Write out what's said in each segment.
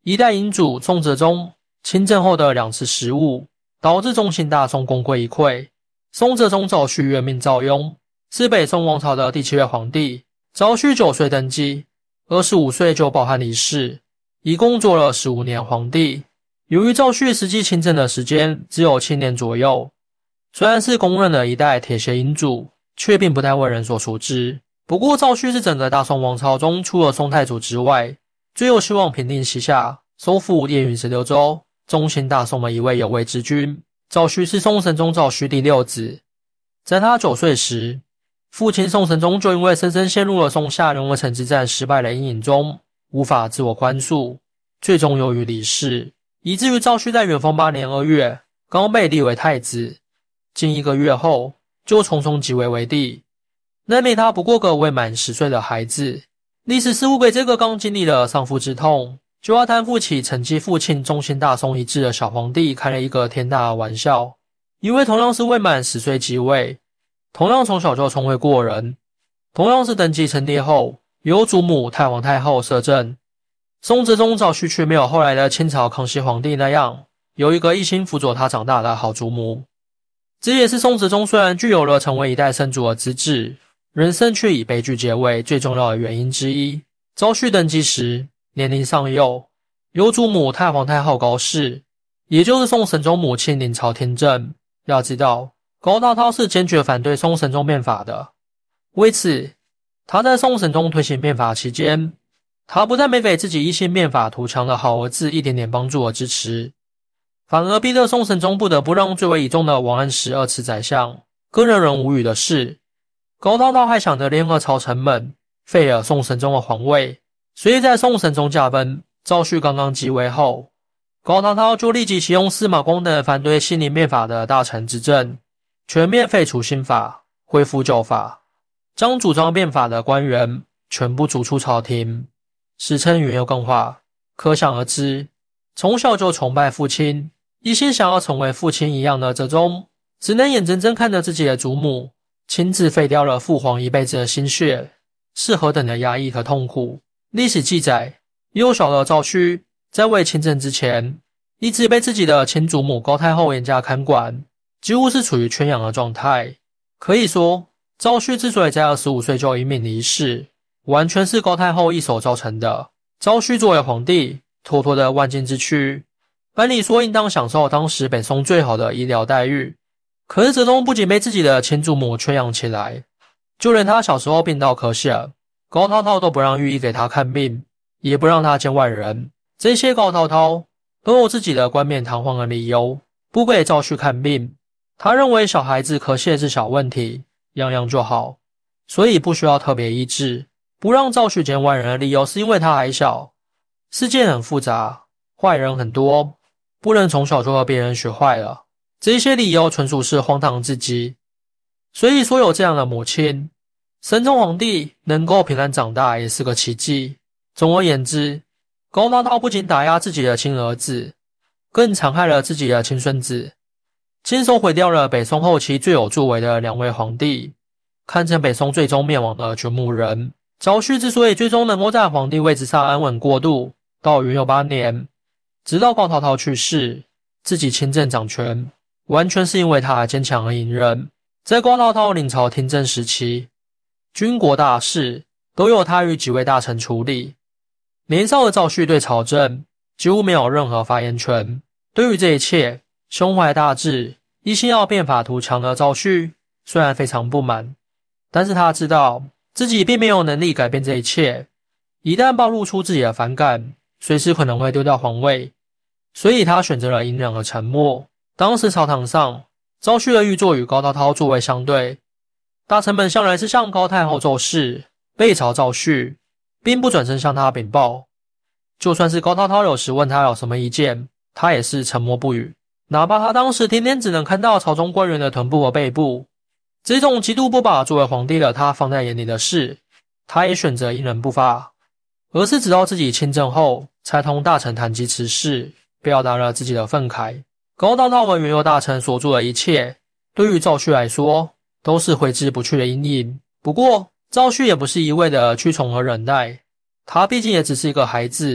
一代英主宋哲宗亲政后的2次失误，导致中兴大宋功亏一篑。宋哲宗赵煦原名赵雍，是北宋王朝的第7位皇帝。赵煦9岁登基，25岁就饱汉离世，一共做了15年皇帝。由于赵煦实际亲政的时间只有7年左右，虽然是公认的一代铁血英主，却并不太为人所熟知。不过赵煦是整个大宋王朝中除了宋太祖之外，最有希望平定西夏、收复燕云16州、中兴大宋的一位有为之君。赵煦是宋神宗赵煦第6子，在他9岁时，父亲宋神宗就因为深深陷入了宋夏龙儿城之战失败的阴影中，无法自我宽恕，最终忧郁离世，以至于赵煦在元丰8年2月刚被立为太子，近1个月后就匆匆即位为帝，任命他不过个未满10岁的孩子。历史似乎给这个刚经历了丧父之痛，就要担负起承继父亲中兴大宋遗志的小皇帝开了一个天大的玩笑。因为同样是未满10岁即位，同样从小就聪慧过人，同样是登基称帝后由祖母太皇太后摄政，宋哲宗赵煦却没有后来的清朝康熙皇帝那样有一个一心辅佐他长大的好祖母。这也是宋哲宗虽然具有了成为一代圣主的资质，人生却以悲剧结尾最重要的原因之一。赵煦登基时年龄尚幼，由祖母太皇太后高氏，也就是宋神宗母亲临朝听政。要知道，高涛涛是坚决反对宋神宗变法的，为此他在宋神宗推行变法期间，他不但没给自己一心变法图强的好儿子一点点帮助和支持，反而逼得宋神宗不得不让最为倚重的王安石2次宰相。更让人无语的是，高涛涛还想着联合朝臣们废了宋神宗的皇位，所以在宋神宗驾崩，赵煦刚刚即位后，高涛涛就立即启用司马光等反对新宁变法的大臣执政，全面废除新法，恢复旧法，将主张变法的官员全部逐出朝廷，史称元佑更化。可想而知，从小就崇拜父亲，一心想要成为父亲一样的哲宗，只能眼睁睁看着自己的祖母亲自废掉了父皇一辈子的心血，是何等的压抑和痛苦。历史记载，幼小的赵煦在未亲政之前，一直被自己的亲祖母高太后严加看管，几乎是处于圈养的状态。可以说，赵煦之所以在25岁就英明离世，完全是高太后一手造成的。赵煦作为皇帝，妥妥的万金之躯，按理说应当享受当时北宋最好的医疗待遇。可是哲宗不仅被自己的亲祖母圈养起来，就连他小时候病到咳血，高涛涛都不让御医给他看病，也不让他见外人。这些高涛涛都有自己的冠冕堂皇的理由，不给赵煦看病。他认为小孩子咳血是小问题，样样就好，所以不需要特别医治。不让赵煦见外人的理由是因为他还小，世界很复杂，坏人很多，不能从小就和别人学坏了。这些理由纯属是荒唐至极。所以说有这样的母亲，神宗皇帝能够平安长大也是个奇迹。总而言之，高涛涛不仅打压自己的亲儿子，更残害了自己的亲孙子，亲手毁掉了北宋后期最有作为的2位皇帝，堪称北宋最终灭亡的掘墓人。赵煦之所以最终能够在皇帝位置上安稳过渡到元佑8年，直到高涛涛去世，自己亲政掌权，完全是因为他的坚强和隐忍。在高涛涛临朝听政时期，军国大事都由他与几位大臣处理，年少的赵煦对朝政几乎没有任何发言权。对于这一切，胸怀大志，一心要变法图强的赵煦虽然非常不满，但是他知道自己并没有能力改变这一切，一旦暴露出自己的反感，随时可能会丢掉皇位，所以他选择了隐忍和沉默。当时朝堂上，赵煦的御座与高涛涛座位相对，大臣们向来是向高太后奏事，背朝赵煦，并不转身向他禀报。就算是高涛涛有时问他有什么意见，他也是沉默不语。哪怕他当时天天只能看到朝中官员的臀部和背部，这种极度不把作为皇帝的他放在眼里的事，他也选择隐忍不发，而是直到自己亲政后，才同大臣谈及此事，表达了自己的愤慨。高涛涛和元佑大臣所做的一切，对于赵煦来说，都是挥之不去的阴影。不过，赵煦也不是一味的屈从和忍耐，他毕竟也只是一个孩子，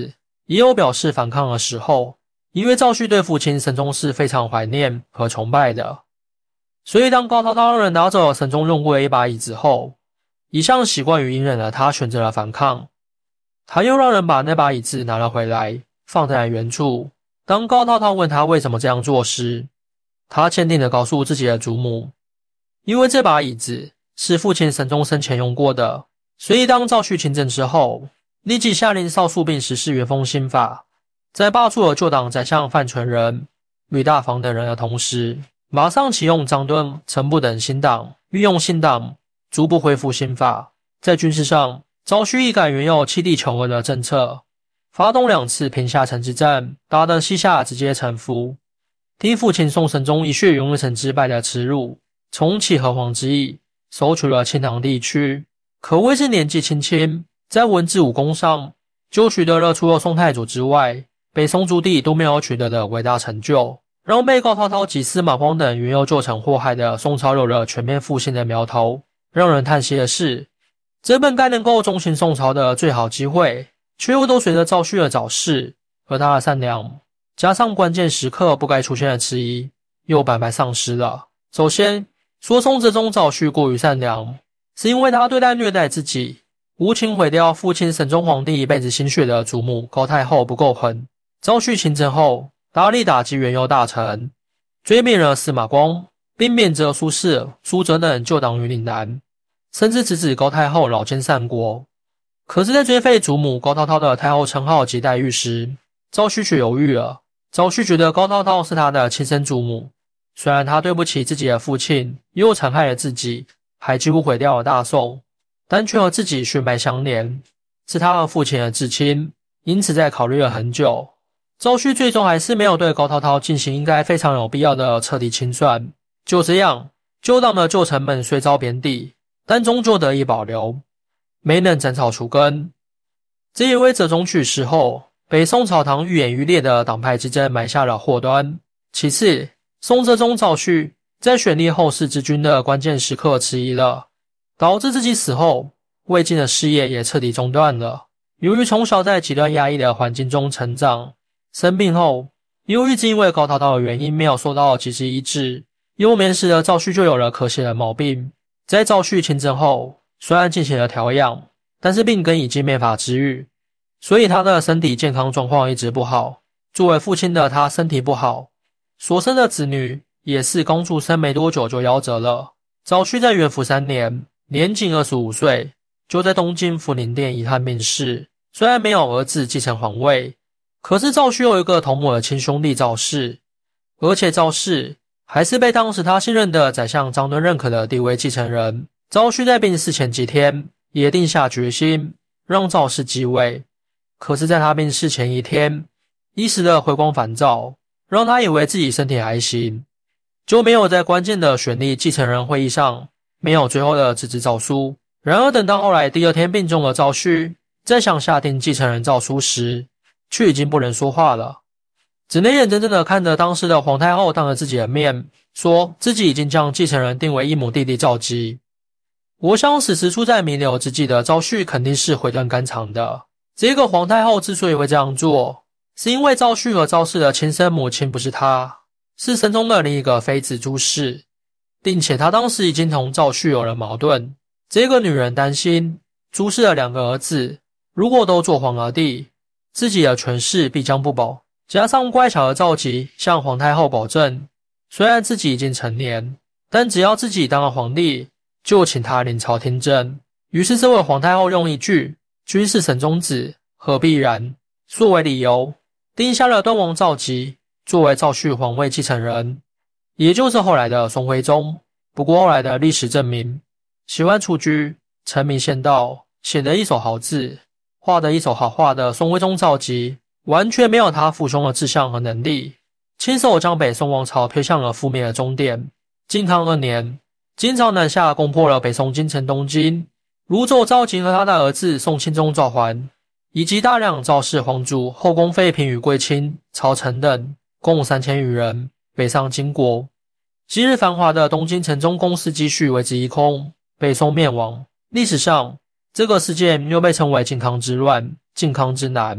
也有表示反抗的时候，因为赵旭对父亲神宗是非常怀念和崇拜的，所以当高涛涛让人拿走了神宗用过的一把椅子后，一向习惯于隐忍的他选择了反抗。他又让人把那把椅子拿了回来，放在了原处。当高涛涛问他为什么这样做时，他坚定地告诉自己的祖母，因为这把椅子是父亲神宗生前用过的，所以当赵旭亲政之后，立即下令少肃并实施元丰新法，在罢黜了旧党宰相范纯仁、吕大防等人的同时，马上启用张敦、陈布等新党，运用新党逐步恢复新法。在军事上，赵旭一改原有弃地求和的政策，发动2次平夏城之战，打得西夏直接臣服，替父亲宋神宗一血永未曾之败的耻辱，重启河皇之役，收取了青塘地区，可谓是年纪轻轻，在文治武功上就取得了除了宋太祖之外，北宋诸帝都没有取得的伟大成就，让被高涛涛及司马光等元佑旧臣祸害的宋朝有了全面复兴的苗头。让人叹息的是，这本该能够中兴宋朝的最好机会，却又都随着赵旭的早逝和他的善良，加上关键时刻不该出现的迟疑，又白白丧失了。首先说宋哲宗赵旭过于善良，是因为他对待虐待自己、无情毁掉父亲神宗皇帝一辈子心血的祖母高太后不够狠。赵旭亲政后，大力打击元佑大臣，追灭了司马光，并免责苏轼、苏辙等旧党于岭南，甚至直指高太后老奸擅国。可是在追废祖母高涛涛的太后称号及待遇时，赵旭却犹豫了。赵旭觉得高涛涛是他的亲生祖母，虽然他对不起自己的父亲，又残害了自己，还几乎毁掉了大宋，但却和自己血脉相连，是他和父亲的至亲，因此在考虑了很久，赵旭最终还是没有对高涛涛进行应该非常有必要的彻底清算。就这样，旧党的旧臣们虽遭贬低，但终究得以保留，没能斩草除根。这也为哲宗去世后，北宋朝堂愈演愈烈的党派之争埋下了祸端。其次，宋哲宗赵旭在选立后世之君的关键时刻迟疑了，导致自己死后魏晋的事业也彻底中断了。由于从小在极端压抑的环境中成长，生病后又一直因为高涛涛的原因没有受到及时医治，幼年时的赵旭就有了咳血的毛病。在赵旭亲政后，虽然进行了调养，但是病根已经没法治愈，所以他的身体健康状况一直不好。作为父亲的他身体不好，所生的子女也是刚出生没多久就夭折了。赵旭在元符3年，年仅25岁，就在东京福宁殿遗憾病逝。虽然没有儿子继承皇位，可是赵旭有一个同母的亲兄弟赵氏，而且赵氏还是被当时他信任的宰相张敦认可的地位继承人。赵旭在病逝前几天也定下决心让赵氏继位，可是在他病逝前一天，一时的回光返照让他以为自己身体还行，就没有在关键的选立继承人会议上没有最后的辞职诏书。然而等到后来第2天病重的赵旭在想下定继承人诏书时，却已经不能说话了，只能眼睁睁地看着当时的皇太后当着自己的面说自己已经将继承人定为异母弟弟赵姬。我想此时处在弥留之际的赵旭肯定是悔断肝肠的。这个皇太后之所以会这样做，是因为赵旭和赵氏的亲生母亲不是他，是神宗的另一个妃子朱氏，并且他当时已经同赵旭有了矛盾。这个女人担心朱氏的2个儿子如果都做皇儿弟，自己的权势必将不保。加上乖巧的赵佶向皇太后保证，虽然自己已经成年，但只要自己当了皇帝，就请他临朝听政。于是这位皇太后用一句君是神宗子，何必然作为理由，定下了端王赵佶作为赵旭皇位继承人，也就是后来的宋徽宗。不过后来的历史证明，喜欢出居、沉迷仙道、写得一手好字、画得一手好画的宋徽宗赵佶，完全没有他父兄的志向和能力，亲手将北宋王朝推向了覆灭的终点。靖康2年，金朝南下攻破了北宋京城东京，掳走赵佶和他的儿子宋钦宗赵桓，以及大量赵氏皇族、后宫妃嫔与贵卿、朝臣等，共3000余人，北上金国。昔日繁华的东京城中宫室积蓄为之一空，北宋灭亡。历史上，这个事件又被称为靖康之乱、靖康之难。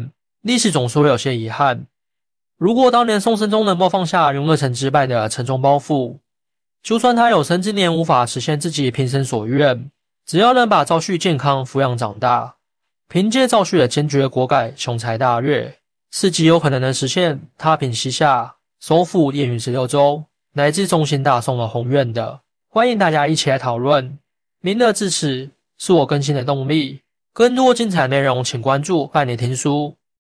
历史总是会有些遗憾。如果当年宋神宗能够放下永乐城之败的沉重包袱，就算他有生之年无法实现自己平生所愿，只要能把赵旭健康抚养长大，凭借赵旭的坚决果敢、雄才大略，是极有可能能实现踏平西夏、收复燕云16州，乃至中兴大宋的宏愿的。欢迎大家一起来讨论。您的支持是我更新的动力，更多精彩内容请关注伴你听书。